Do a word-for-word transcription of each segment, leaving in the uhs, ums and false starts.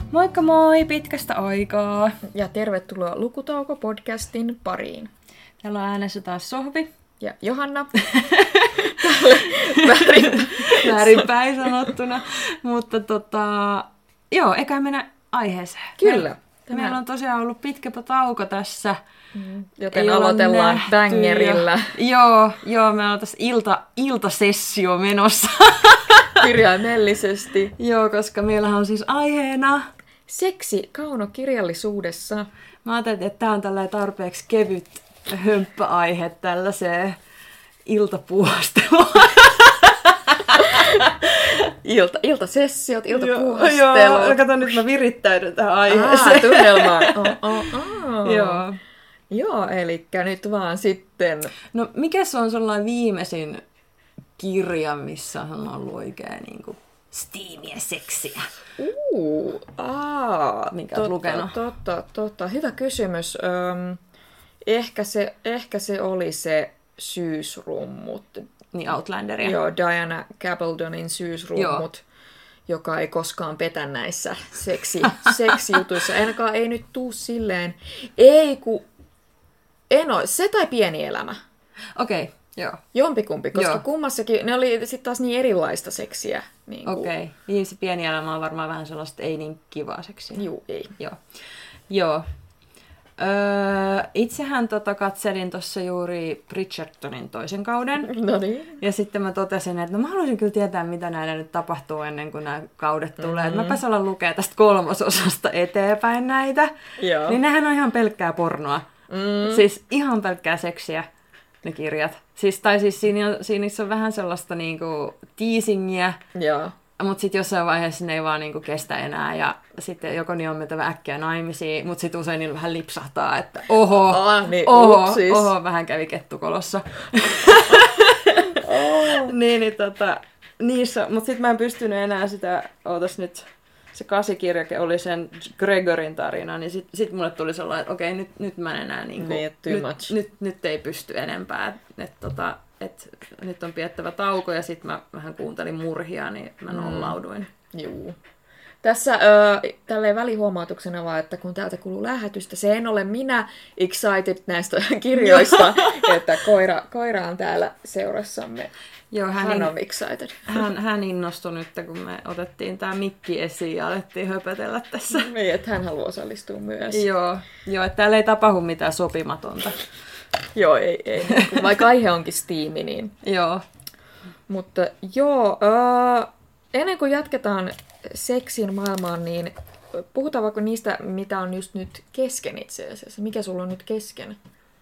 Moikka moi pitkästä aikaa. Ja tervetuloa Lukutauko-podcastin pariin. Täällä on äänessä taas Sohvi. Ja Johanna. Väärinpäin sanottuna. Mutta tota, joo, eikä mennä aiheeseen. Kyllä. Meillä, meillä on tosiaan ollut pitkä tauko tässä. Mm, joten ei aloitellaan bangerilla. Joo, joo, meillä on tässä ilta, iltasessio menossa. Kirjaimellisesti. Joo, koska meillähän on siis aiheena seksi kaunokirjallisuudessa. Mä ajattelin, että tää on tällainen tarpeeksi kevyt hömppäaihe tällaiseen iltapuhasteluun. Ilta, iltasessiot, iltapuhastelu. Joo, kato nyt mä virittäydyn tähän aiheeseen. Ah, tunnelmaan. Oh, oh, oh. Joo. Joo, eli nyt vaan sitten. No, mikä se on sellainen viimeisin kirja, missä on ollut oikein niin kuin steamiä seksiä? Uh, aa, minkä totta, olet lukenut? Totta, totta. Hyvä kysymys. Öm, ehkä, se, ehkä se oli se Syysrummut. Niin, Outlanderia. Joo, Diana Gabaldonin Syysrummut, Joo. joka ei koskaan petä näissä seksi, seksijutuissa. Ainakaan ei nyt tuu silleen. Ei, kun en ole. Se tai Pieni elämä. Okei, okay, joo. Jompikumpi, koska joo. kummassakin ne oli sitten taas niin erilaista seksiä. Niin Okei, okay. Niin se Pieni elämä on varmaan vähän sellaista ei niin kivaa seksiä. Juu, ei. Joo. Joo. Öö, itsehän tota katselin tuossa juuri Bridgertonin toisen kauden. No niin. Ja sitten mä totesin, että no mä haluaisin kyllä tietää, mitä näillä nyt tapahtuu ennen kuin nämä kaudet tulee. Mm-hmm. Mäpäs alan lukea tästä kolmososasta eteenpäin näitä. Joo. Niin nehän on ihan pelkkää pornoa. Mm. Siis ihan pelkkää seksiä, ne kirjat. Siis, tai siis siinä, on, siinä on vähän sellaista niinku teasingiä. Joo. Mutta sitten jossain vaiheessa ne ei vaan niinku kestä enää, ja sitten joko niin on mentävä äkkiä naimisiin, mutta sitten usein niillä vähän lipsahtaa, että oho, ah, niin, oho, oho, vähän kävi kettukolossa. oh. niin, niin tota, niissä, mutta sitten mä en pystynyt enää sitä, ootas nyt, se kasikirjake oli sen Gregorin tarina, niin sitten sit mulle tuli sellainen, että okei, nyt, nyt mä en enää niinku, niin, nyt, nyt, nyt ei pysty enempää, että tota, et nyt on piettävä tauko ja sitten mä vähän kuuntelin murhia, niin mä nollauduin. Mm. Juu. Tässä ö, tälleen välihuomautuksena vaan, että kun täältä kuuluu lähetystä, se en ole minä excited näistä kirjoista, että koira, koira on täällä seurassamme. Joo, hän, hän in, on excited. Hän, hän innostui nyt, kun me otettiin tämä mikki esiin ja alettiin höpötellä tässä. Niin, että hän haluaa osallistua myös. Joo, joo, että täällä ei tapahdu mitään sopimatonta. Joo, ei, ei. Vaikka aihe onkin Steam, niin. Joo. Mutta joo, äh, ennen kuin jatketaan seksin maailmaan, niin puhutaan vaikka niistä, mitä on just nyt kesken itse asiassa. Mikä sulla on nyt kesken?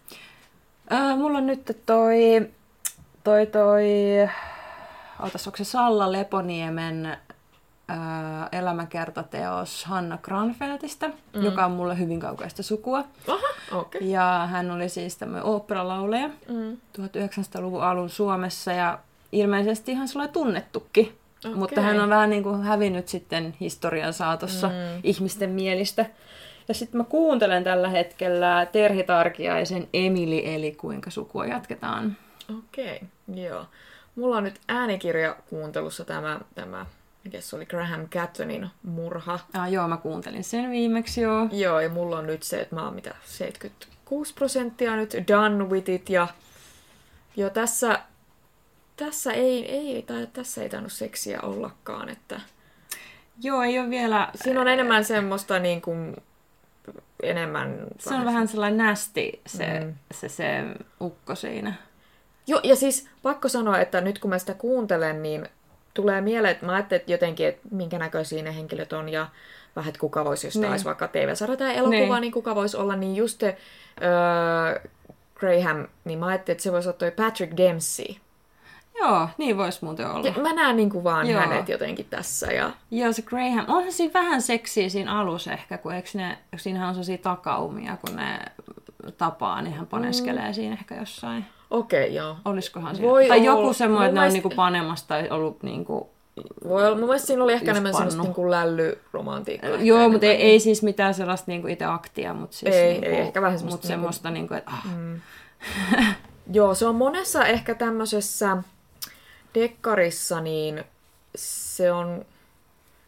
Äh, mulla on nyt toi, toi, toi, ootas, onko se Salla Leponiemen äh, elämäkertateos Hanna Granfeldtistä, mm. joka on mulle hyvin kaukaista sukua. Aha, okay. Ja hän oli siis tämmöinen oopperalaulaja mm. tuhatyhdeksänsataaluvun alun Suomessa ja ilmeisesti ihan sellainen tunnettukin. Okay. Mutta hän on vähän niin kuin hävinnyt sitten historian saatossa mm. ihmisten mielistä. Ja sitten mä kuuntelen tällä hetkellä Terhi Tarkiaisen Emili, eli kuinka sukua jatketaan. Okei, okay. Joo. Mulla on nyt äänikirja kuuntelussa tämä, tämä mikä se oli, Graham Cattonin murha. Ah, joo, mä kuuntelin sen viimeksi joo. Joo, ja mulla on nyt se, että mä oon mitä, seitsemänkymmentäkuusi prosenttia nyt done with it, ja jo tässä... Tässä ei, ei, tai tässä ei tainnut seksiä ollakaan, että... Joo, ei ole vielä... Siinä on enemmän semmoista niin kuin... Enemmän... Se on vähän sellainen nästi se, mm. se, se ukko siinä. Joo, ja siis pakko sanoa, että nyt kun mä sitä kuuntelen, niin tulee mieleen, että mä ajattelin että jotenkin, että minkä näköisiä ne henkilöt on, ja vähän, että kuka voisi, jos niin. taisi vaikka T V-sarja tai elokuva, niin. niin kuka voisi olla, niin just te, öö, Graham, niin mä ajattelin, että se voisi olla toi Patrick Dempsey. Joo, niin voisi muuten olla. Ja mä näen niin kuin vaan Joo. hänet jotenkin tässä. Ja... Joo, se Graham. Onhan siinä vähän seksiä siinä alussa ehkä, kun eikö ne, siinähän on sellaisia takaumia, kun ne tapaa, niin hän paneskelee mm. siinä ehkä jossain. Okei, okay, joo. Olisikohan siinä? Tai olla... joku semmoinen, että ne on niinku panemassa tai ollut niinku... Voi olla. Mun mielestä siinä oli ehkä enemmän semmoista niinku lällyromantiikkaa. Joo, mutta ei, ei siis mitään sellaista niinku itse aktia, mutta siis ei, niinku, ei, ehkä vähän semmoista, mutta semmoista niinku, että... Ah. Mm. Joo, se on monessa ehkä tämmöisessä dekkarissa, niin se on...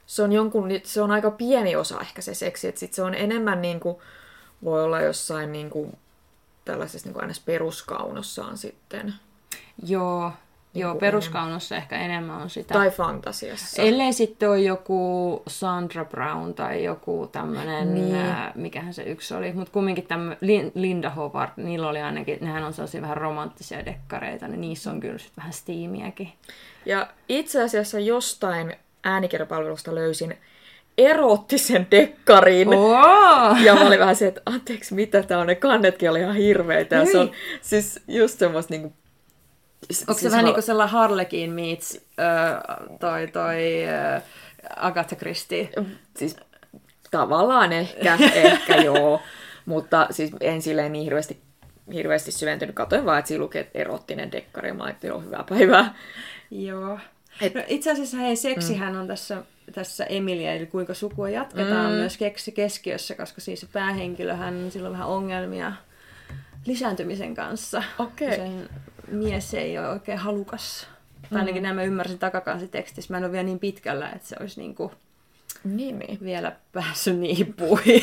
se on, jonkun, se on aika pieni osa ehkä se seksi, että sit se on enemmän niin kuin, voi olla jossain niin kuin, tällaisessa niin kuin aina peruskaunossaan sitten. Joo, niin joo peruskaunossa enemmän. Ehkä enemmän on sitä. Tai fantasiassa. Ellei sitten ole joku Sandra Brown tai joku tämmöinen, niin. ää, mikähän se yksi oli, mutta kumminkin tämmöinen Linda Howard, niillä oli ainakin, nehän on sellaisia vähän romanttisia dekkareita, niin niissä on kyllä sitten vähän steamiäkin. Ja itse asiassa jostain äänikirjapalvelusta löysin eroottisen dekkarin. Oh! Ja mä olin vähän se, että anteeksi, mitä tää on, ne kannetkin oli ihan hirveitä. Ja se on siis just semmoista niinku... Onko se siis vähän hal... niin kuin sellainen Harlequin meets äh, toi, toi äh, Agatha Christie? Siis tavallaan ehkä, ehkä joo. Mutta siis en silleen niin hirveästi, hirveästi syventynyt. Katoin vaan, että siinä lukee, että erottinen dekkari. Mä ajattelin, että hyvää päivää. Joo. Et... No, itse asiassa hei, seksihän mm. on tässä, tässä Emilia, eli kuinka sukua jatketaan mm. myös keksi keskiössä, koska siis se päähenkilöhän sillä on vähän ongelmia lisääntymisen kanssa. Okei. Okay. Sen mies ei ole oikein halukas. Tai ainakin mm. näin mä ymmärsin takakansitekstissä. Mä en ole vielä niin pitkällä, että se olisi niinku niin, niin. vielä päässyt niippuihin.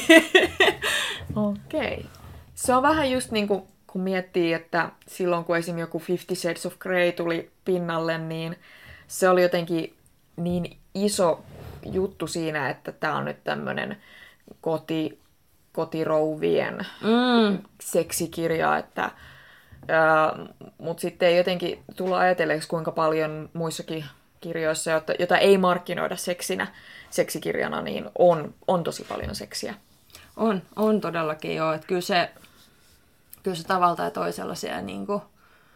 Okei. Okay. Se on vähän just niin kuin, kun miettii, että silloin kun esimerkiksi joku Fifty Shades of Grey tuli pinnalle, niin se oli jotenkin niin iso juttu siinä, että tämä on nyt tämmöinen koti, kotirouvien mm. seksikirja, että Uh, mutta sitten ei jotenkin tulla ajatelleeksi, kuinka paljon muissakin kirjoissa, jota, jota ei markkinoida seksinä, seksikirjana, niin on, on tosi paljon seksiä. On, on todellakin joo. Että kyllä, se, kyllä se tavalla tai toisella siellä niin kuin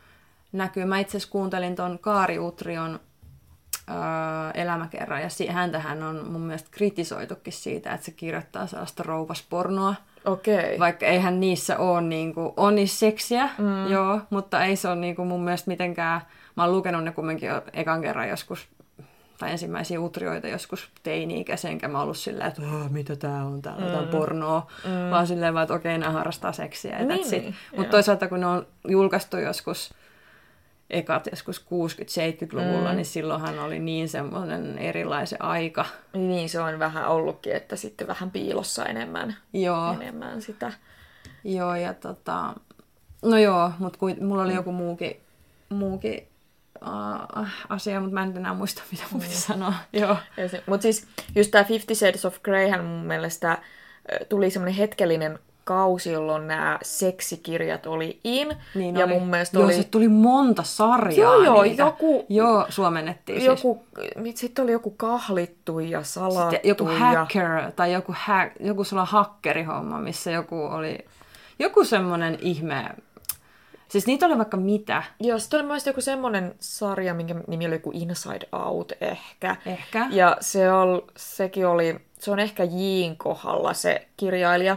näkyy. Mä itse asiassa kuuntelin ton Kaari Utrion uh, elämäkerran, ja häntähän on mun mielestä kritisoitukin siitä, että se kirjoittaa sellaista rouvaspornoa. Okei. Vaikka eihän niissä ole, niin kuin, on niissä seksiä, mm. joo, mutta ei se ole niin kuin mun mielestä mitenkään, mä oon lukenut ne kumminkin jo ekan kerran joskus, tai ensimmäisiä utrioita joskus teini-ikäisen, enkä mä ollut silleen, että mitä tää on, täällä on mm. pornoa, mm. vaan silleen vaan, että okei, nämä harrastaa seksiä. Niin, niin, mutta toisaalta kun ne on julkaistu joskus, ekat joskus kuusikymmentä-seitsemänkymmentäluvulla, mm. niin silloinhan oli niin semmoinen erilaisen aika. Niin se on vähän ollutkin, että sitten vähän piilossa enemmän, joo. enemmän sitä. Joo, ja tota... No joo, mutta mulla oli joku muukin, muukin uh, asia, mutta mä en enää muista, mitä mun piti mm. sanoa. Joo. Mutta siis just tää Fifty Shades of Greyhän mun mielestä tuli semmoinen hetkellinen kausi, jolloin nämä seksikirjat oli in. Niin ja oli. Mun mielestä joo, oli... se tuli monta sarjaa joo, joo, niitä. Joku... Joo, suomennettiin joku... siis. Sitten oli joku kahlittu ja salattu. Sitten joku ja... hacker tai joku, ha... joku sellainen hakkerihomma, missä joku oli... Joku semmoinen ihme... Siis niitä oli vaikka mitä. Joo, sitten oli myös joku semmoinen sarja, minkä nimi oli joku Inside Out ehkä. Ehkä. Ja se on, sekin oli... Se on ehkä Jin kohdalla se kirjailija.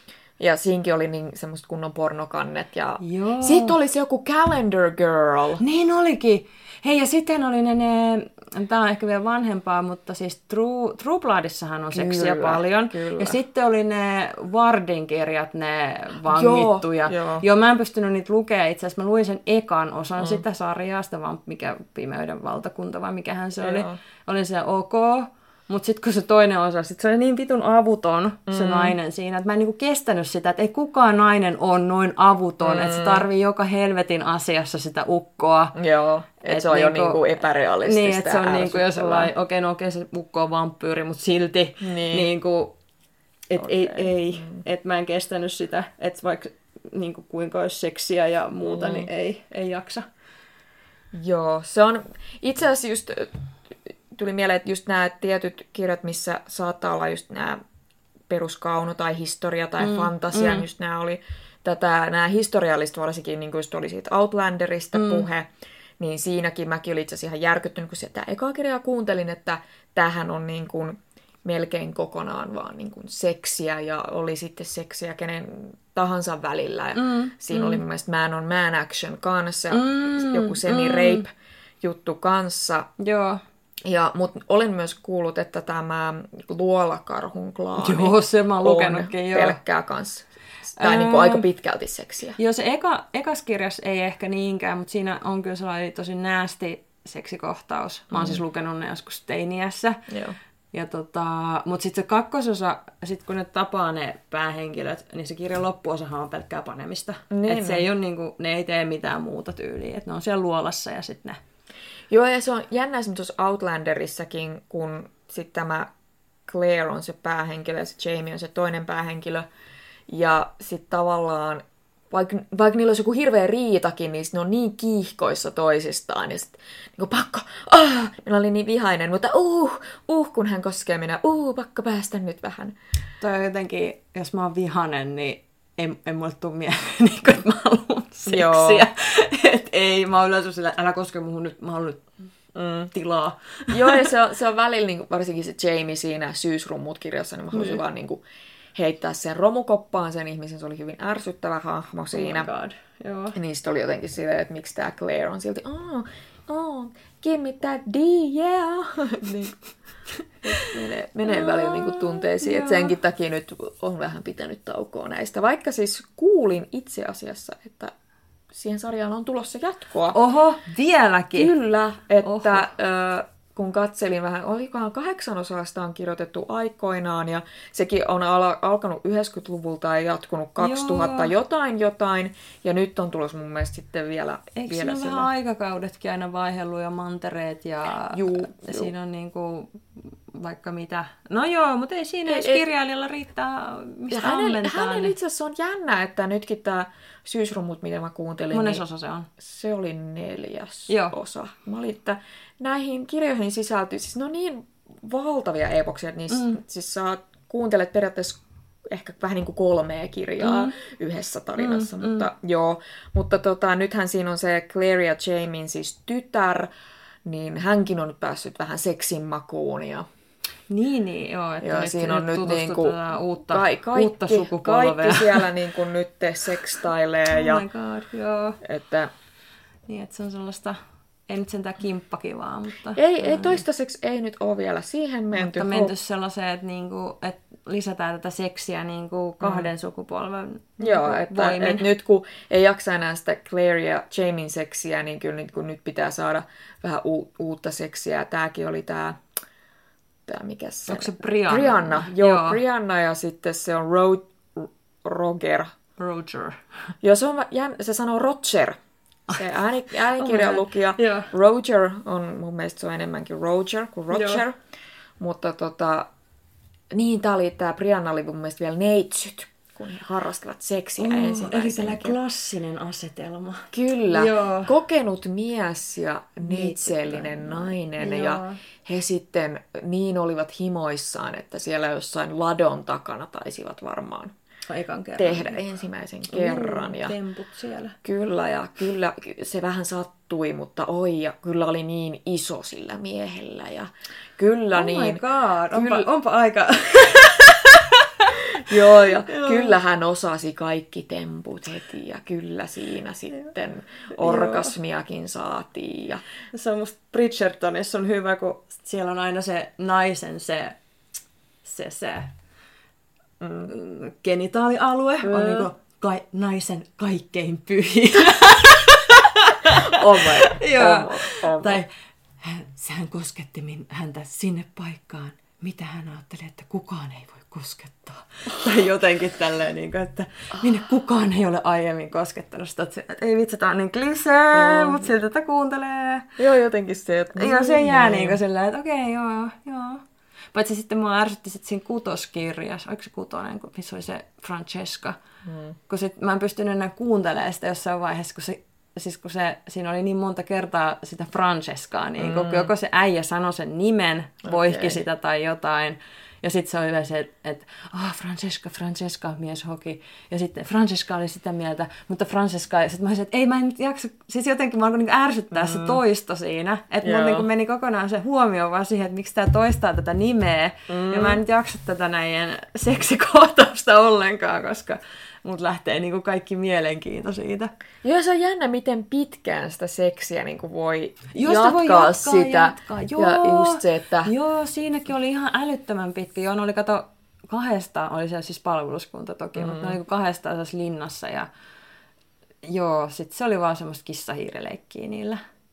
Ja siinkin oli niin semmoista kunnon pornokannet. Ja... Sitten oli se joku Calendar Girl. Niin olikin. Hei, ja sitten oli ne, ne tämä on ehkä vielä vanhempaa, mutta siis True, True Bloodissahan on seksiä kyllä, paljon. Kyllä. Ja sitten oli ne Vardin kirjat, ne vangittuja. Joo, joo. joo, mä en pystynyt niitä lukemaan. Itse asiassa mä luin sen ekan osan mm. sitä sarjaa, sitä vaan mikä Pimeyden valtakunta vai mikähän se joo. oli. Oli se ok. Mutta sitten kun se toinen osa, sit se oli niin vitun avuton se mm. nainen siinä, että mä en niinku kestänyt sitä, että ei kukaan nainen ole noin avuton, mm. että se tarvii joka helvetin asiassa sitä ukkoa. Joo, että et se on niinku, jo niinku epärealistista. Niin, että se on niinku jo sellainen, okei, no okei, se ukko on vampyyri, mutta silti niin. niinku, että okay. ei, ei mm. että mä en kestänyt sitä, että vaikka niinku, kuinka olisi seksiä ja muuta, mm. niin ei, ei jaksa. Joo, se on itse asiassa just... Tuli mieleen, että just nämä tietyt kirjat, missä saattaa olla just nämä peruskauno tai historia tai mm, fantasia, mm. just nämä oli tätä, nämä historiallista varsinkin, niin kuin just oli siitä Outlanderista mm. puhe, niin siinäkin mäkin olin itse asiassa ihan järkyttynyt, kun sitä ekaa kirjaa kuuntelin, että tämähän on niin kuin melkein kokonaan vaan niin kuin seksiä ja oli sitten seksiä kenen tahansa välillä. Mm, siinä mm. oli mun mielestä Man on Man Action kanssa, mm, joku semi-rape mm. juttu kanssa. Joo. Ja, mutta olen myös kuullut, että tämä Luolakarhun klaani joo, se mä oon on lukenutkin, joo. pelkkää kanssa. Tai niin kuin aika pitkälti seksiä. Joo, se eka, ekas kirjas ei ehkä niinkään, mutta siinä on kyllä sellainen tosi näästi seksikohtaus. Mä oon mm. siis lukenut ne joskus teiniässä. Joo. Ja tota, mutta sitten se kakkososa, sit kun ne tapaa ne päähenkilöt, niin se kirjan loppuosahan on pelkkää panemista. Niin, et se ei ole niinku, ne ei tee mitään muuta tyyliä. Et ne on siellä luolassa ja sitten ne... Joo, ja se on jännä esimerkiksi tuossa Outlanderissakin, kun sitten tämä Claire on se päähenkilö ja se Jamie on se toinen päähenkilö. Ja sitten tavallaan, vaikka, vaikka niillä olisi joku hirveä riitakin, niin ne on niin kiihkoissa toisistaan. Ja sitten niin pakko, ah, minä olin niin vihainen, mutta uh, uh, kun hän koskee minä, uh, pakko päästä nyt vähän. Toi on jotenkin, jos mä oon vihanen, niin ei, ei mulle tule mieleen, niin kuin, että mä haluan seksiä. Että ei, mä oon yleensä sillä, älä koske muhun nyt, mä haluan nyt mm, tilaa. Joo, ja se on, se on välillä, niin kuin, varsinkin se Jamie siinä Syysrummut-kirjassa, niin mä haluaisin mm. vaan niin kuin, heittää sen romukoppaan sen ihmisen. Se oli hyvin ärsyttävä hahmo siinä. Oh my god, joo. Niin sitten oli jotenkin silleen, että miksi tää Claire on silti, oh, oh, give me that D, yeah. niin, menee menee välillä niin kuin tunteisiin. Että senkin takia nyt on vähän pitänyt taukoa näistä. Vaikka siis kuulin itse asiassa, että siihen sarjaan on tulossa jatkoa. Oho, vieläkin? Kyllä, että... Ö, kun katselin vähän, olikohan kahdeksan osasta on kirjoitettu aikoinaan, ja sekin on ala, alkanut yhdeksänkymmentäluvulta ja jatkunut kaksituhatta Joo. jotain jotain, ja nyt on tulossa mun mielestä sitten vielä... Eikö vielä siinä vähän aikakaudetkin aina vaihdellut ja mantereet, ja juu, siinä juu. on niinku vaikka mitä. No joo, mutta ei siinä, ei, jos kirjailijalla riittää mistä ammentaa. Hänellä niin... itse asiassa on jännä, että nytkin tämä Syysrummut, mitä mä kuuntelin... Mones niin osa se on? Se oli neljäs Joo. osa. Mä olin, että näihin kirjoihin sisältyy, siis ne on niin valtavia epoksia, että niissä, mm. siis sä kuuntelet periaatteessa ehkä vähän niin kuin kolmea kirjaa mm. yhdessä tarinassa, mm, mutta mm. joo. Mutta tota, nythän siinä on se Claire ja Jamien siis tytär, niin hänkin on nyt päässyt vähän seksin makuun ja... Niin, niin, joo, että ja nyt, siinä on nyt nyt niin kuin uutta, ka- kaikki, uutta sukupolvea. Kaikki siellä niin kuin nyt sekstailee. Oh ja, my god, joo. Että, niin, että se on sellaista, ei nyt sentään kimppakivaa, mutta... Ei, ei toistaiseksi ei nyt ole vielä siihen menty. Mutta menty sellaiseen, että, niinku, että lisätään tätä seksiä niinku kahden mm. sukupolven Joo, niinku että, että nyt kun ei jaksa enää sitä Claire ja Jamien seksiä, niin kyllä kun nyt pitää saada vähän u- uutta seksiä. Tämäkin oli tämä... Tää, mikä se? Onko se Brianna? Brianna, joo, joo. Brianna ja sitten se on Ro- Roger. Roger. Joo, se, on, se sanoo Roger. Se ääni, äänikirjan lukija. Joo. Roger on, mun mielestä se on enemmänkin Roger kuin Roger. Joo. Mutta tota, niin tää oli, tää Brianna oli mun mielestä vielä neitsyt, kun he harrastavat seksiä mm, ensimmäisen. Eli tällä klassinen asetelma. Kyllä. Joo. Kokenut mies ja neitsellinen nainen. Joo. Ja he sitten niin olivat himoissaan, että siellä jossain ladon takana taisivat varmaan Ekan kerran. tehdä ensimmäisen kerran. Mm, ja temput siellä. Kyllä, ja kyllä se vähän sattui, mutta oi, ja kyllä oli niin iso sillä miehellä. Ja kyllä oh niin... my god, onpa, kyllä, onpa aika... Joo, ja Joo. kyllä hän osasi kaikki temput heti, ja kyllä siinä sitten orgasmiakin Joo. saatiin. Ja... Se on musta Bridgertonissa on hyvä, kun siellä on aina se naisen se, se, se mm, genitaalialue, mm. on niinku ka- naisen kaikkein pyhin. Oh my, Joo. Oh my, oh my. Tai hän kosketti min, häntä sinne paikkaan, mitä hän ajatteli, että kukaan ei voi koskettaa. Tai jotenkin tälleen, niin kuin, että minne kukaan ei ole aiemmin koskettanut sitä. Että ei vitsi, tämä on niin klisee, mm. mutta siltä tätä kuuntelee. Joo, jotenkin se, että... Joo, se jää niin kuin silleen, että okei, okay, joo, joo. Paitsi sitten mua ärsytti sit siinä kutoskirjassa, oliko se kutonen, missä oli se Francesca. Mm. Kun sit, mä en pystynyt enää kuuntelemaan sitä jossain vaiheessa, kun se Siis kun se, siinä oli niin monta kertaa sitä Francescaa, niin mm. kun joko se äijä sanoi sen nimen, voihki okay. sitä tai jotain, ja sitten se oli yleensä, että et, ah, Francesca, Francesca, mies hoki, ja sitten Francesca oli sitä mieltä, mutta Francesca, ja sitten mä olisin, että ei mä en nyt jaksa, siis jotenkin mä alkoin niin ärsyttää mm. se toisto siinä, että mulla niin meni kokonaan se huomio vaan siihen, että miksi tää toistaa tätä nimeä, mm. ja mä en nyt jaksa tätä näiden seksikohtausta ollenkaan, koska... mut lähtee niinku kaikki mielenkiinto siitä. Joo, se on jännä, miten pitkään sitä seksiä niinku voi, Joo, jatkaa voi jatkaa sitä. Jatkaa. Joo. Ja just se, että... Joo, siinäkin oli ihan älyttömän pitkä. Joo, ne oli kato kahdesta, oli siellä siis palveluskunta toki, mm. mutta ne oli kahdesta osassa linnassa. Ja joo, sit se oli vaan semmoista kissahiirileikkiä niillä.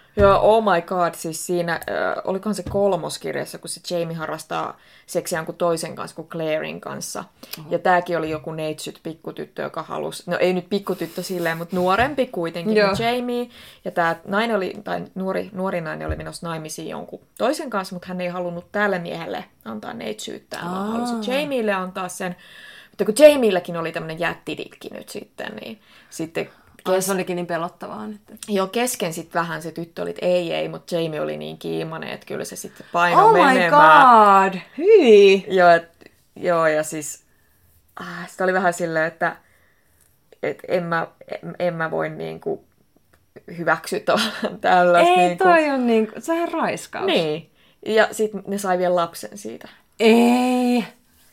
Joo, oh my god, siis siinä, äh, olikohan se kolmoskirjassa, kun se Jamie harrastaa seksiä jonkun toisen kanssa kuin Clairen kanssa. Oho. Ja tääkin oli joku neitsyt pikkutyttö, joka halusi, no ei nyt pikkutyttö silleen, mutta nuorempi kuitenkin kuin Jamie. Ja tää nainen oli, tai nuori, nuori nainen oli menossa naimisiin jonkun toisen kanssa, mutta hän ei halunnut tälle miehelle antaa neitsyyttään, vaan halusi Jamielle antaa sen. Mutta kun Jamiellakin oli tämmöinen jättidikki nyt sitten, niin sitten... Kes... Se olikin niin pelottavaa nyt. Joo, kesken sitten vähän se tyttö oli, että ei, ei, mutta Jamie oli niin kiimainen, että kyllä se sitten paino oh menemään. Oh my god, hyi! Joo, et, joo, ja siis ah, sitä oli vähän silleen, että et en, mä, en, en mä voi niinku hyväksyä tavallaan tällaista. Ei, niinku... toi on niinku, sehän raiskaus. Niin, ja sitten ne sai vielä lapsen siitä. Ei!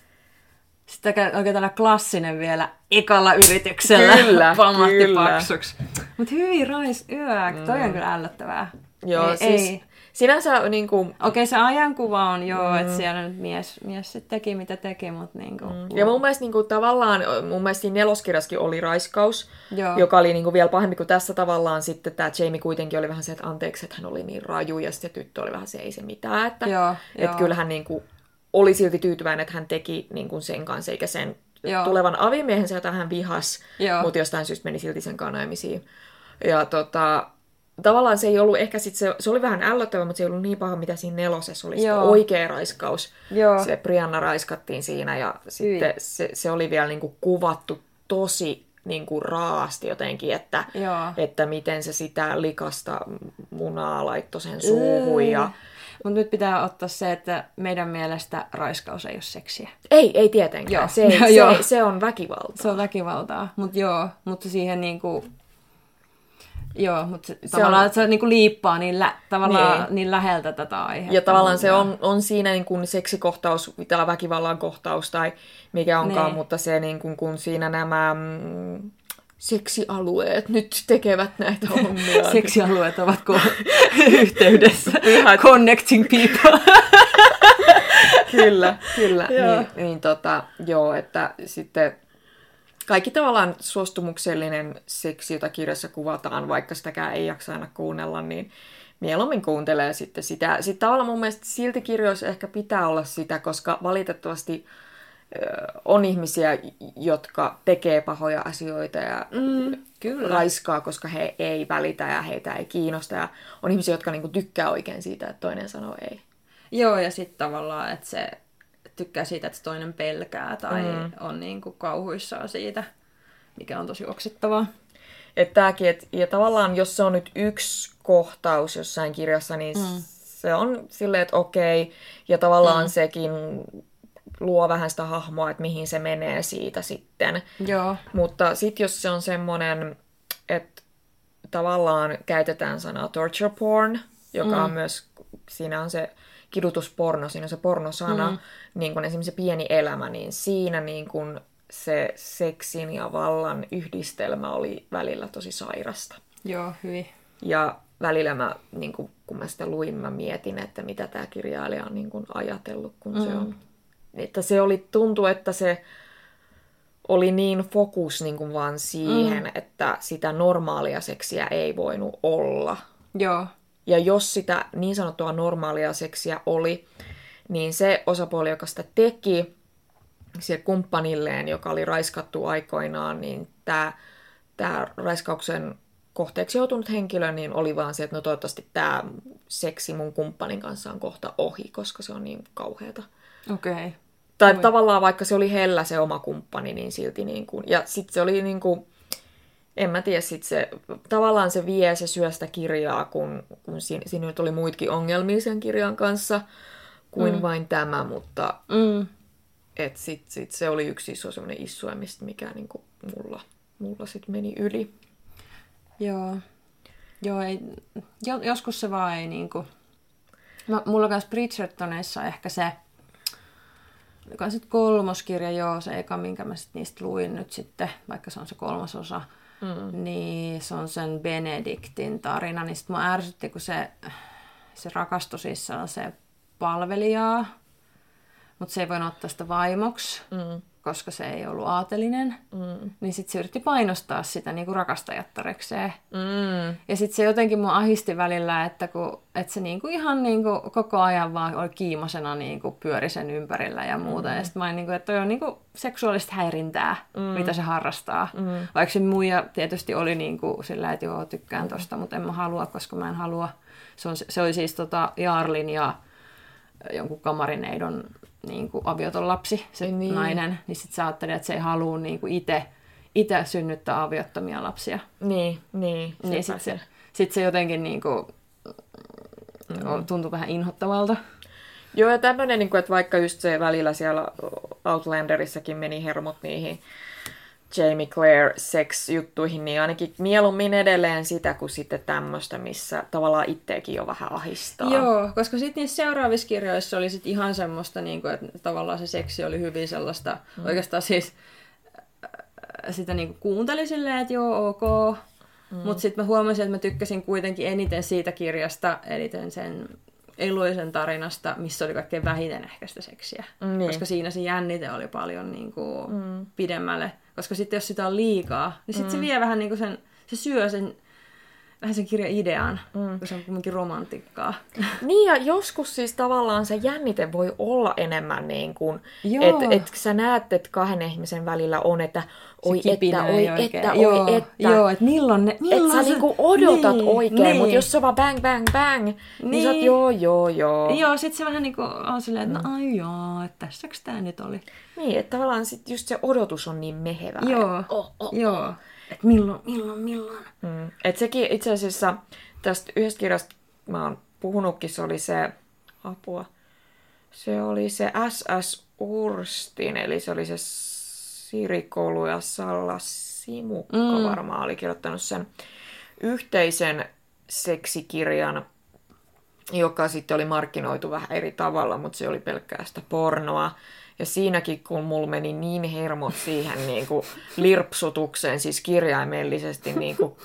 Sitten oikein tällä klassinen vielä ekalla yrityksellä kyllä, pamahti kyllä. paksuksi. Mutta hyvin rais yö, mm. toi on kyllä ällöttävää. Joo, ei, siis ei. Sinänsä niinku... Okei, okay, se ajankuva on joo, mm. että siellä nyt mies, mies sitten teki mitä teki, mutta niinku... Mm. Ja mun mielestä niinku, tavallaan, mun mielestä siinä neloskirjassakin oli raiskaus, joo. joka oli niinku vielä pahempi kuin tässä tavallaan sitten tämä Jamie kuitenkin oli vähän se, että anteeksi, että hän oli niin raju ja sitten tyttö oli vähän se, ei se mitään, että joo, et kyllähän niinku... oli silti tyytyväinen, että hän teki niin kuin sen kanssa, eikä sen Joo. tulevan avimiehensä, jota hän vihasi, Joo. mutta jostain syystä meni silti sen kanssa naimisiin. Ja tota, tavallaan se ei ollut ehkä sit se, se oli vähän ällöttävä, mutta se ei ollut niin paha, mitä siinä nelosessa oli oikea raiskaus. Joo. Se Brianna raiskattiin siinä ja sitten se, se oli vielä niin kuin kuvattu tosi niin kuin raasti jotenkin, että, että miten se sitä likasta munaa laittoi sen suuhun ja mutta nyt pitää ottaa se, että meidän mielestä raiskaus ei ole seksiä. Ei, ei tietenkään. Joo. Se, ei, se, se on väkivaltaa. Se on väkivaltaa, mutta joo, mutta siihen niinku... Joo, mutta se, se tavallaan on... se niinku liippaa niin, lä, tavallaan niin. niin läheltä tätä aihetta. Ja tavallaan se on, on siinä niin kuin seksikohtaus, tai väkivallan kohtaus tai mikä onkaan, niin. mutta se niin kuin, kun siinä nämä... Mm, seksialueet nyt tekevät näitä hommia. Seksialueet ovat yhteydessä. Connecting people. kyllä, kyllä. niin, niin tota, joo, että sitten kaikki tavallaan suostumuksellinen seksi, jota kirjassa kuvataan, vaikka sitäkään ei jaksa aina kuunnella, niin mieluummin kuuntelee sitten sitä. Sitten tavallaan mun mielestä silti kirjoissa ehkä pitää olla sitä, koska valitettavasti on ihmisiä, jotka tekee pahoja asioita ja mm, kyllä. raiskaa, koska he ei välitä ja heitä ei kiinnosta. Ja on ihmisiä, jotka niinku tykkää oikein siitä, että toinen sanoo ei. Joo, ja sitten tavallaan, että se tykkää siitä, että toinen pelkää tai mm. on niinku kauhuissaan siitä, mikä on tosi oksittavaa. Että tääkin, et, ja tavallaan jos se on nyt yksi kohtaus jossain kirjassa, niin mm. se on silleen, että okei. Ja tavallaan mm. sekin... luo vähän sitä hahmoa, että mihin se menee siitä sitten. Joo. Mutta sitten jos se on semmoinen, että tavallaan käytetään sanaa torture porn, joka mm. on myös, siinä on se kidutusporno, siinä on se pornosana, mm. niin kuin esimerkiksi se pieni elämä, niin siinä niin kuin se seksin ja vallan yhdistelmä oli välillä tosi sairasta. Joo, hyvin. Ja välillä mä, niin kuin, kun mä sitä luin, mä mietin, että mitä tämä kirjailija on niin kuin ajatellut, kun mm. se on... Että se oli, tuntui, että se oli niin fokus niin kuin vaan siihen, mm. että sitä normaalia seksiä ei voinut olla. Joo. Ja jos sitä niin sanottua normaalia seksiä oli, niin se osapuoli, joka sitä teki sille kumppanilleen, joka oli raiskattu aikoinaan, niin tämä, tämä raiskauksen kohteeksi joutunut henkilö, niin oli vaan se, että no toivottavasti tämä seksi mun kumppanin kanssa on kohta ohi, koska se on niin kauheata. Okei. Okay. Tai Oi. tavallaan vaikka se oli hellä se oma kumppani, niin silti niin kuin, ja sitten se oli niin kuin, en mä tiedä, sit se, tavallaan se vie, se syö sitä kirjaa, kun, kun siinä, siinä nyt oli muitakin ongelmia sen kirjan kanssa, kuin mm. vain tämä, mutta mm. et sit, sit se oli yksi iso semmoinen issuemista, mikä niin kuin mulla, mulla sit meni yli. Joo, Joo ei, joskus se vaan ei niinku, mä, mulla kanssa Bridgertonissa ehkä se, joka on sitten kolmoskirja, joo, se eka, minkä mä sit niistä luin nyt sitten, vaikka se on se kolmasosa, mm. niin se on sen Benediktin tarina, niin sit mua ärsytti, kun se, se rakastui siis se palvelijaa, mutta se ei voinut ottaa sitä vaimoksi, mm. koska se ei ollut aatelinen, mm. niin sitten se yritti painostaa sitä niinku rakastajattarekseen. Mm. Ja sitten se jotenkin mua ahisti välillä, että, kun, että se niinku ihan niinku koko ajan vaan oli kiimosena niinku pyöri sen ympärillä ja muuta. Mm. Ja sitten mä olin, niinku, että toi on niinku seksuaalista häirintää, mm. mitä se harrastaa. Mm. Vaikka se muija tietysti oli niinku sillä, että joo, tykkään mm. tosta, mutta en mä halua, koska mä en halua. Se, on, se oli siis tota Jarlin ja jonkun kamarineidon niin kuin avioton lapsi, se niin. nainen, niin sitten sä ajattelit, että se ei halua niin kuin itse, itse synnyttää aviottomia lapsia. Niin, niin. Niin sitten se, sit se jotenkin niin kuin, mm. tuntui vähän inhottavalta. Joo, ja tämmöinen, niin kuin, että vaikka just se välillä siellä Outlanderissakin meni hermot niihin Jamie Claire sex-juttuihin, niin ainakin mieluummin edelleen sitä kuin sitten tämmöistä, missä tavallaan itseäkin jo vähän ahistaa. Joo, koska sitten niissä seuraavissa kirjoissa oli sit ihan semmoista, niin kuin, että tavallaan se seksi oli hyvin sellaista, mm. oikeastaan siis sitä niin kuin kuuntelin silleen, että joo, ok, mm. mutta sitten mä huomasin, että mä tykkäsin kuitenkin eniten siitä kirjasta, eniten sen Eloisen tarinasta, missä oli kaikkein vähiten ehkä sitä seksiä. Niin. Koska siinä se jännite oli paljon niin kuin, mm. pidemmälle. Koska sitten jos sitä on liikaa, niin sitten mm. se vie vähän niin kuin sen, se syö sen, vähän sen kirjan idean, mm. kun se on kuitenkin romantikkaa. Niin ja joskus siis tavallaan se jännite voi olla enemmän niin kuin, että et sä näet, että kahden ihmisen välillä on, että oi että, oi että, joo, oi että. Joo, että milloin ne, milloin että sä se... niinku odotat niin, oikein, niin. mutta jos se vaan bang, bang, bang, niin, niin sä oot joo, joo, joo. Joo, sit se vähän niinku on silleen, että mm. no ai joo, että tässäks tää nyt oli. Niin, että tavallaan sit just se odotus on niin mehevää. Joo, oh, oh, joo. Että milloin, milloin, milloin. Mm. Että sekin itse asiassa tästä yhdestä kirjasta mä oon puhunutkin, se oli se, apua, se oli se S S Urstin, eli se oli se Siri Koulu ja Salla Simukka mm. varmaan oli kirjoittanut sen yhteisen seksikirjan, joka sitten oli markkinoitu vähän eri tavalla, mutta se oli pelkkää sitä pornoa. Ja siinäkin, kun mulla meni niin hermot siihen niin kuin lirpsutukseen, siis kirjaimellisesti niin kuin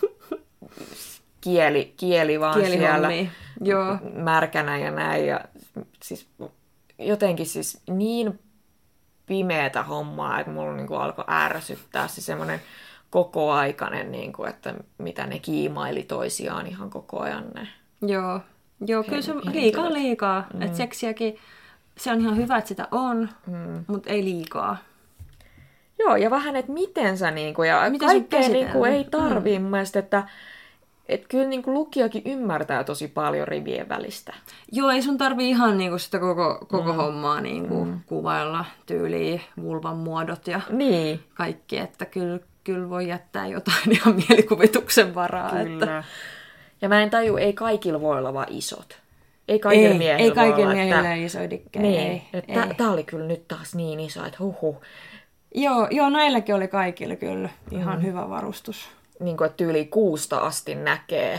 kieli, kieli vaan siellä Joo. märkänä ja näin. Ja siis jotenkin siis niin pimeätä hommaa, että mulla niin kuin alkoi ärsyttää se semmoinen kokoaikainen, niin kuin, että mitä ne kiimaili toisiaan ihan koko ajan ne. Joo, Joo kyllä se liikaa liikaa. Mm. Että seksiäkin, se on ihan hyvä, että sitä on, mm. mutta ei liikaa. Joo, ja vähän, että miten sä niinku, ja miten kaikkea niinku ei tarvii mm. mun mielestä, että et kyllä niinku lukijakin ymmärtää tosi paljon rivien välistä. Joo, ei sun tarvii ihan niinku sitä koko, koko mm. hommaa niinku mm. kuvailla tyyliin, vulvan muodot ja niin. kaikki, että kyllä, kyllä voi jättää jotain ihan mielikuvituksen varaa. Kyllä. Että... Ja mä en taju, ei kaikilla voi olla vaan isot. Ei kaikilla ei, miehillä ei kaikilla voi miehillä olla, että... iso dikkejä. Niin, että tää oli kyllä nyt taas niin iso, että huhuh. Joo, joo, näilläkin oli kaikilla kyllä ihan mm. hyvä varustus. Niin kuin, että tyyli kuusta asti näkee.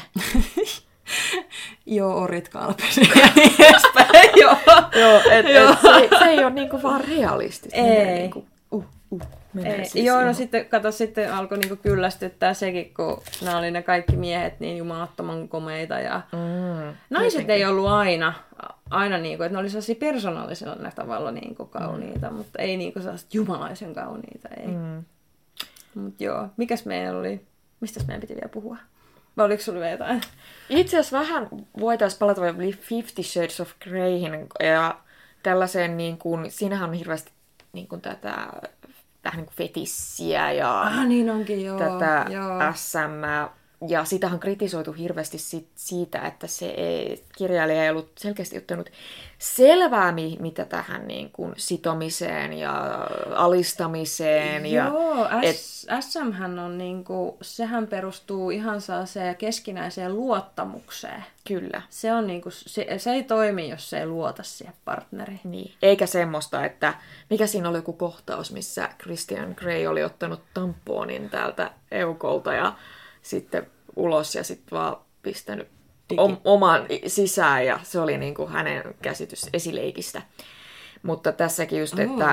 Joo, orit kalpesi ja niin edespäin, joo. Joo, et, et se, se ei ole niinku vaan realistista. Ei. Niinku, uh, uh, ei. Siis joo, no sitten, kato, sitten alkoi niinku kyllästyttää sekin, kun nämä oli ne kaikki miehet niin jumalattoman komeita. Ja mm, naiset jotenkin. Ei ollut aina, aina niinku, että ne oli sellaisia persoonallisella tavalla niinku kauniita, mm. mutta ei niinku sellaista jumalaisen kauniita. Ei. Mm. Mutta joo, mikäs meillä oli? Mistäs meidän piti vielä puhua? Vai oliko sulla jotain? Itse asiassa vähän voitaisiin palata Fifty Shades of Greyhin ja tällaiseen, niin kuin, siinähän on hirveästi niin kuin tätä vähän niin kuin fetissiä ja ah, niin onkin, joo. tätä joo. S M. Ja sitähän on kritisoitu hirveästi siitä, että se ei, kirjailija ei ollut selkeästi ottanut selvää, mitä tähän niin kuin sitomiseen ja alistamiseen. Joo, ja, et, S M:hän on niin kuin, sehän perustuu ihan sellaiseen keskinäiseen luottamukseen. Kyllä. Se, on niin kuin, se, se ei toimi, jos se ei luota siihen partneriin. Niin. Eikä semmoista, että mikä siinä oli joku kohtaus, missä Christian Grey oli ottanut tamponin täältä eukolta ja sitten ulos ja sitten vaan pistänyt om- oman sisään ja se oli niin kuin hänen käsitys esileikistä. Mutta tässäkin just, että,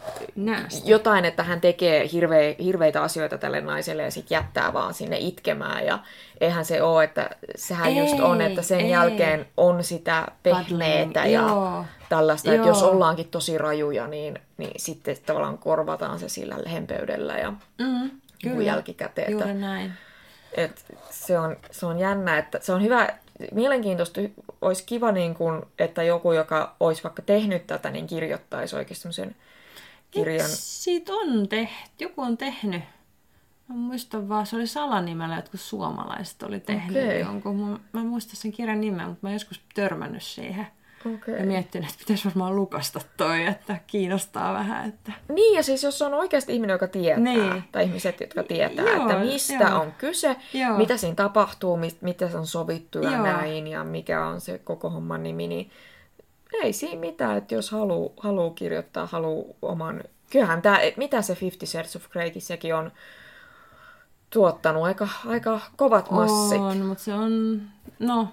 Nasty. jotain, että hän tekee hirve, hirveitä asioita tälle naiselle ja sitten jättää vaan sinne itkemään. Ja eihän se ole, että sehän ei, just on, että sen ei. jälkeen on sitä pehmeätä ja joo. tällaista, joo. että jos ollaankin tosi rajuja, niin, niin sitten tavallaan korvataan se sillä hempeydellä ja mm, kyllä. jälkikäteen. Juuri että, näin. Että se, on, se on jännä, että se on hyvä, mielenkiintoista, olisi kiva, niin kun, että joku, joka olisi vaikka tehnyt tätä, niin kirjoittaisi oikein semmoisen kirjan. Eikö siitä on tehty? Joku on tehnyt. Mä muistan vaan, se oli salanimellä, että kun suomalaiset oli tehnyt okay. jonkun. Mä, mä en muista sen kirjan nimeä, mutta mä oon joskus törmännyt siihen. Okay. Ja miettinyt, että pitäisi varmaan lukasta toi, että kiinnostaa vähän. Että... Niin, ja siis jos on oikeasti ihminen, joka tietää, niin. tai ihmiset, jotka tietää, joo, että mistä joo. on kyse, joo. mitä siinä tapahtuu, mit, mitä se on sovittu ja joo. näin, ja mikä on se koko homman nimi, niin ei siinä mitään, että jos haluaa haluu kirjoittaa, haluaa oman... Kyllähän tämä, mitä se Fifty Shades of Greykin, sekin on tuottanut aika, aika kovat massit. On, mutta se on... No...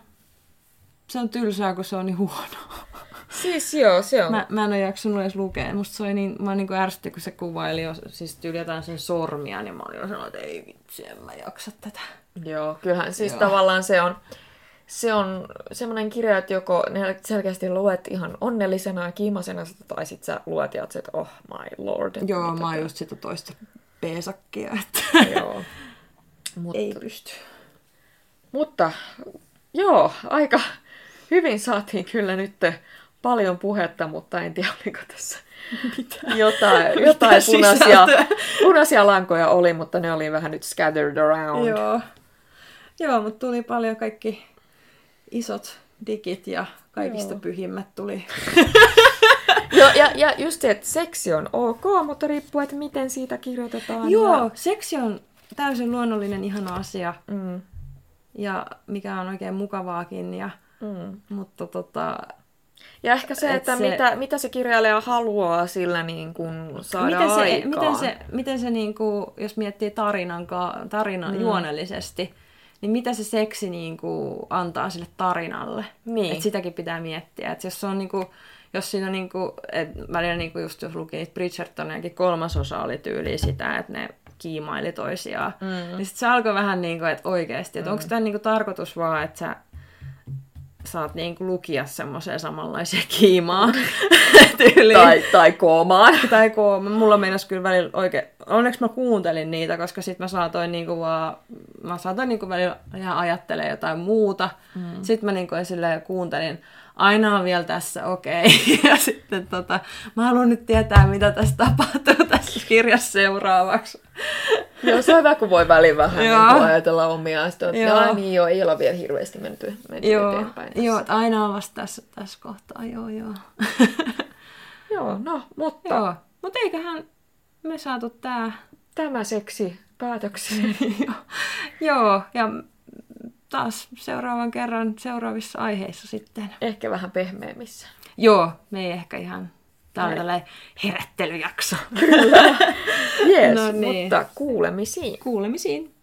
Se on tylsää, kun se on niin huono. Siis joo, se on. Mä, mä en ole jaksanut edes lukea. Musta se oli niin, mä niin kuin ärsytti, kun se kuvaili jo siis tyyli jotain sen sormia, niin mä olin jo sanonut, että ei vitsi, en mä jaksa tätä. Joo, kyllähän siis joo. tavallaan se on, se on semmoinen kirja, että joko selkeästi luet ihan onnellisena ja kiimasena, tai sit sä luet ja että oh my lord. Joo, mä oon just sitä toista peesakkia, että joo. Mut, ei pysty. Mutta... Joo, aika hyvin saatiin kyllä nyt paljon puhetta, mutta en tiedä, oliko tässä Mitä? jotain, jotain punaisia, punaisia lankoja oli, mutta ne oli vähän nyt scattered around. Joo, Joo mutta tuli paljon kaikki isot digit ja kaikista Joo. pyhimmät tuli. Joo, ja, ja just se, että seksi on ok, mutta riippuu, että miten siitä kirjoitetaan. Joo, ja... seksi on täysin luonnollinen, ihana asia. Mm. Ja mikä on oikein mukavaakin. Ja, mm. mutta tota, ja ehkä se, että se, mitä, mitä se kirjailija haluaa sillä niin kuin saada miten se, aikaan. Miten se, miten se niin kuin, jos miettii tarinan, tarinan mm. juonellisesti, niin mitä se seksi niin kuin antaa sille tarinalle. Niin. Et sitäkin pitää miettiä. Et jos, on, niin kuin, jos siinä niin kuin, et välillä niin kuin just jos luki niitä Bridgertoniakin, kolmasosa oli tyyliä sitä, että ne kiimaili toisiaan. Mm. Niin sit se alkoi vähän niin kuin, että oikeasti, että mm. onko tämä niin kuin tarkoitus vaan, että sä saat niin kuin lukia semmoiseen samanlaisia kiimaa tai, tai koomaan. Tai koomaan. Mulla meinasi kyllä välillä oikein, onneksi mä kuuntelin niitä, koska sit mä saatoin niin kuin vaan, mä saatoin niin kuin välillä ihan ajattelemaan jotain muuta. Mm. Sitten mä niin kuin silleen kuuntelin, aina on vielä tässä, okei. Okay. Ja sitten tota, mä haluan nyt tietää, mitä tässä tapahtuu tässä kirjassa seuraavaksi. Joo, se on hyvä, kun voi väliin vähän niin ajatella omia. Sitten, että joo. niin joo, ei olla vielä hirveästi menty, menty joo. eteenpäin tässä. Joo, aina on vasta tässä, tässä kohtaa, joo joo. Joo, no, mutta... Joo, mutta eiköhän me saatu tää... Tämä seksi päätökseen. Joo, ja taas seuraavan kerran seuraavissa aiheissa sitten. Ehkä vähän pehmeämmissä. Joo, me ei ehkä ihan... Tämä on tällainen herättelyjakso. Kyllä. Yes, no niin. Mutta kuulemisiin. Kuulemisiin.